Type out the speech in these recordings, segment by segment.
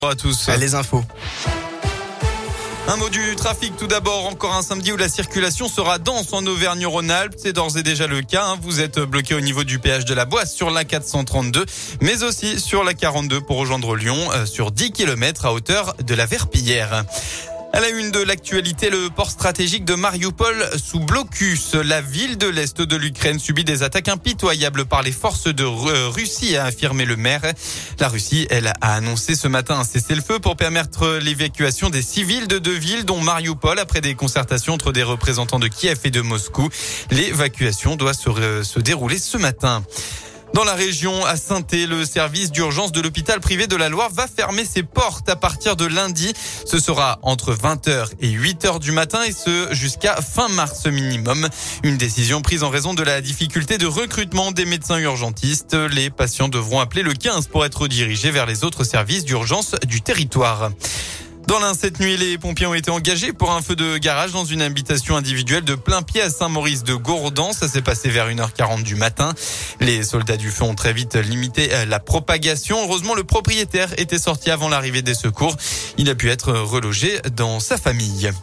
Bonjour à tous. Les infos. Un mot du trafic tout d'abord, encore un samedi où la circulation sera dense en Auvergne-Rhône-Alpes. C'est d'ores et déjà le cas. Vous êtes bloqué au niveau du péage de la Boisse sur la 432, mais aussi sur la 42 pour rejoindre Lyon sur 10 km à hauteur de la Verpillière. À la une de l'actualité, le port stratégique de Mariupol sous blocus. La ville de l'Est de l'Ukraine subit des attaques impitoyables par les forces de Russie, a affirmé le maire. La Russie, elle, a annoncé ce matin un cessez-le-feu pour permettre l'évacuation des civils de deux villes, dont Mariupol, après des concertations entre des représentants de Kiev et de Moscou. L'évacuation doit se dérouler ce matin. Dans la région, à Saint-Thé, le service d'urgence de l'hôpital privé de la Loire va fermer ses portes à partir de lundi. Ce sera entre 20h et 8h du matin et ce jusqu'à fin mars minimum. Une décision prise en raison de la difficulté de recrutement des médecins urgentistes. Les patients devront appeler le 15 pour être dirigés vers les autres services d'urgence du territoire. Dans l'Ain, cette nuit, les pompiers ont été engagés pour un feu de garage dans une habitation individuelle de Plain-Pied à Saint-Maurice-de-Gourdan. Ça s'est passé vers 1h40 du matin. Les soldats du feu ont très vite limité la propagation. Heureusement, le propriétaire était sorti avant l'arrivée des secours. Il a pu être relogé dans sa famille.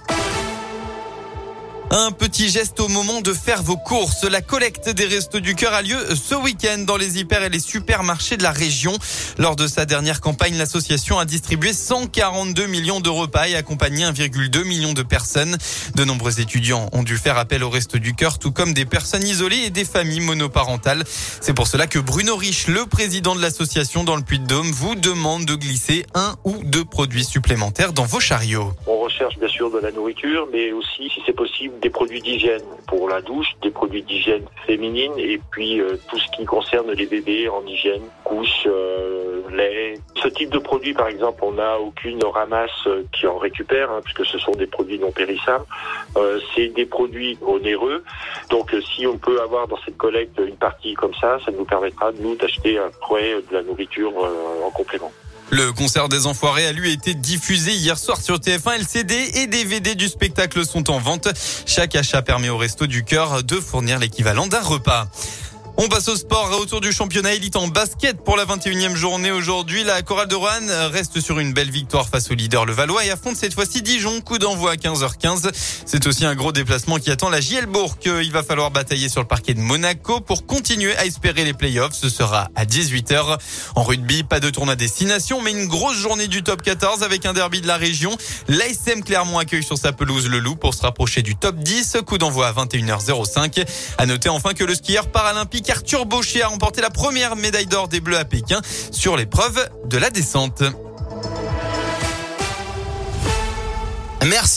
Un petit geste au moment de faire vos courses. La collecte des Restos du Cœur a lieu ce week-end dans les hyper et les supermarchés de la région. Lors de sa dernière campagne, l'association a distribué 142 millions de repas et accompagné 1,2 million de personnes. De nombreux étudiants ont dû faire appel aux Restos du Cœur, tout comme des personnes isolées et des familles monoparentales. C'est pour cela que Bruno Rich, le président de l'association dans le Puy-de-Dôme, vous demande de glisser 1 ou 2 produits supplémentaires dans vos chariots. On recherche bien sûr de la nourriture, mais aussi, si c'est possible, des produits d'hygiène pour la douche, des produits d'hygiène féminine et puis tout ce qui concerne les bébés en hygiène, couches, lait. Ce type de produits, par exemple, on n'a aucune ramasse qui en récupère, puisque ce sont des produits non périssables. C'est des produits onéreux. Donc si on peut avoir dans cette collecte une partie comme ça nous permettra, nous, d'acheter après de la nourriture en complément. Le concert des Enfoirés a lui été diffusé hier soir sur TF1. LCD et DVD du spectacle sont en vente. Chaque achat permet au Resto du Cœur de fournir l'équivalent d'un repas. On passe au sport autour du championnat élite en basket pour la 21e journée aujourd'hui. La Chorale de Roanne reste sur une belle victoire face au leader le Valois et affronte cette fois-ci Dijon. Coup d'envoi à 15h15. C'est aussi un gros déplacement qui attend la JL Bourg. Il va falloir batailler sur le parquet de Monaco pour continuer à espérer les playoffs. Ce sera à 18h. En rugby, pas de tournoi destination, mais une grosse journée du top 14 avec un derby de la région. L'ASM Clermont accueille sur sa pelouse le Loup pour se rapprocher du top 10. Coup d'envoi à 21h05. À noter enfin que le skieur paralympique Arthur Baucher a remporté la première médaille d'or des Bleus à Pékin sur l'épreuve de la descente. Merci.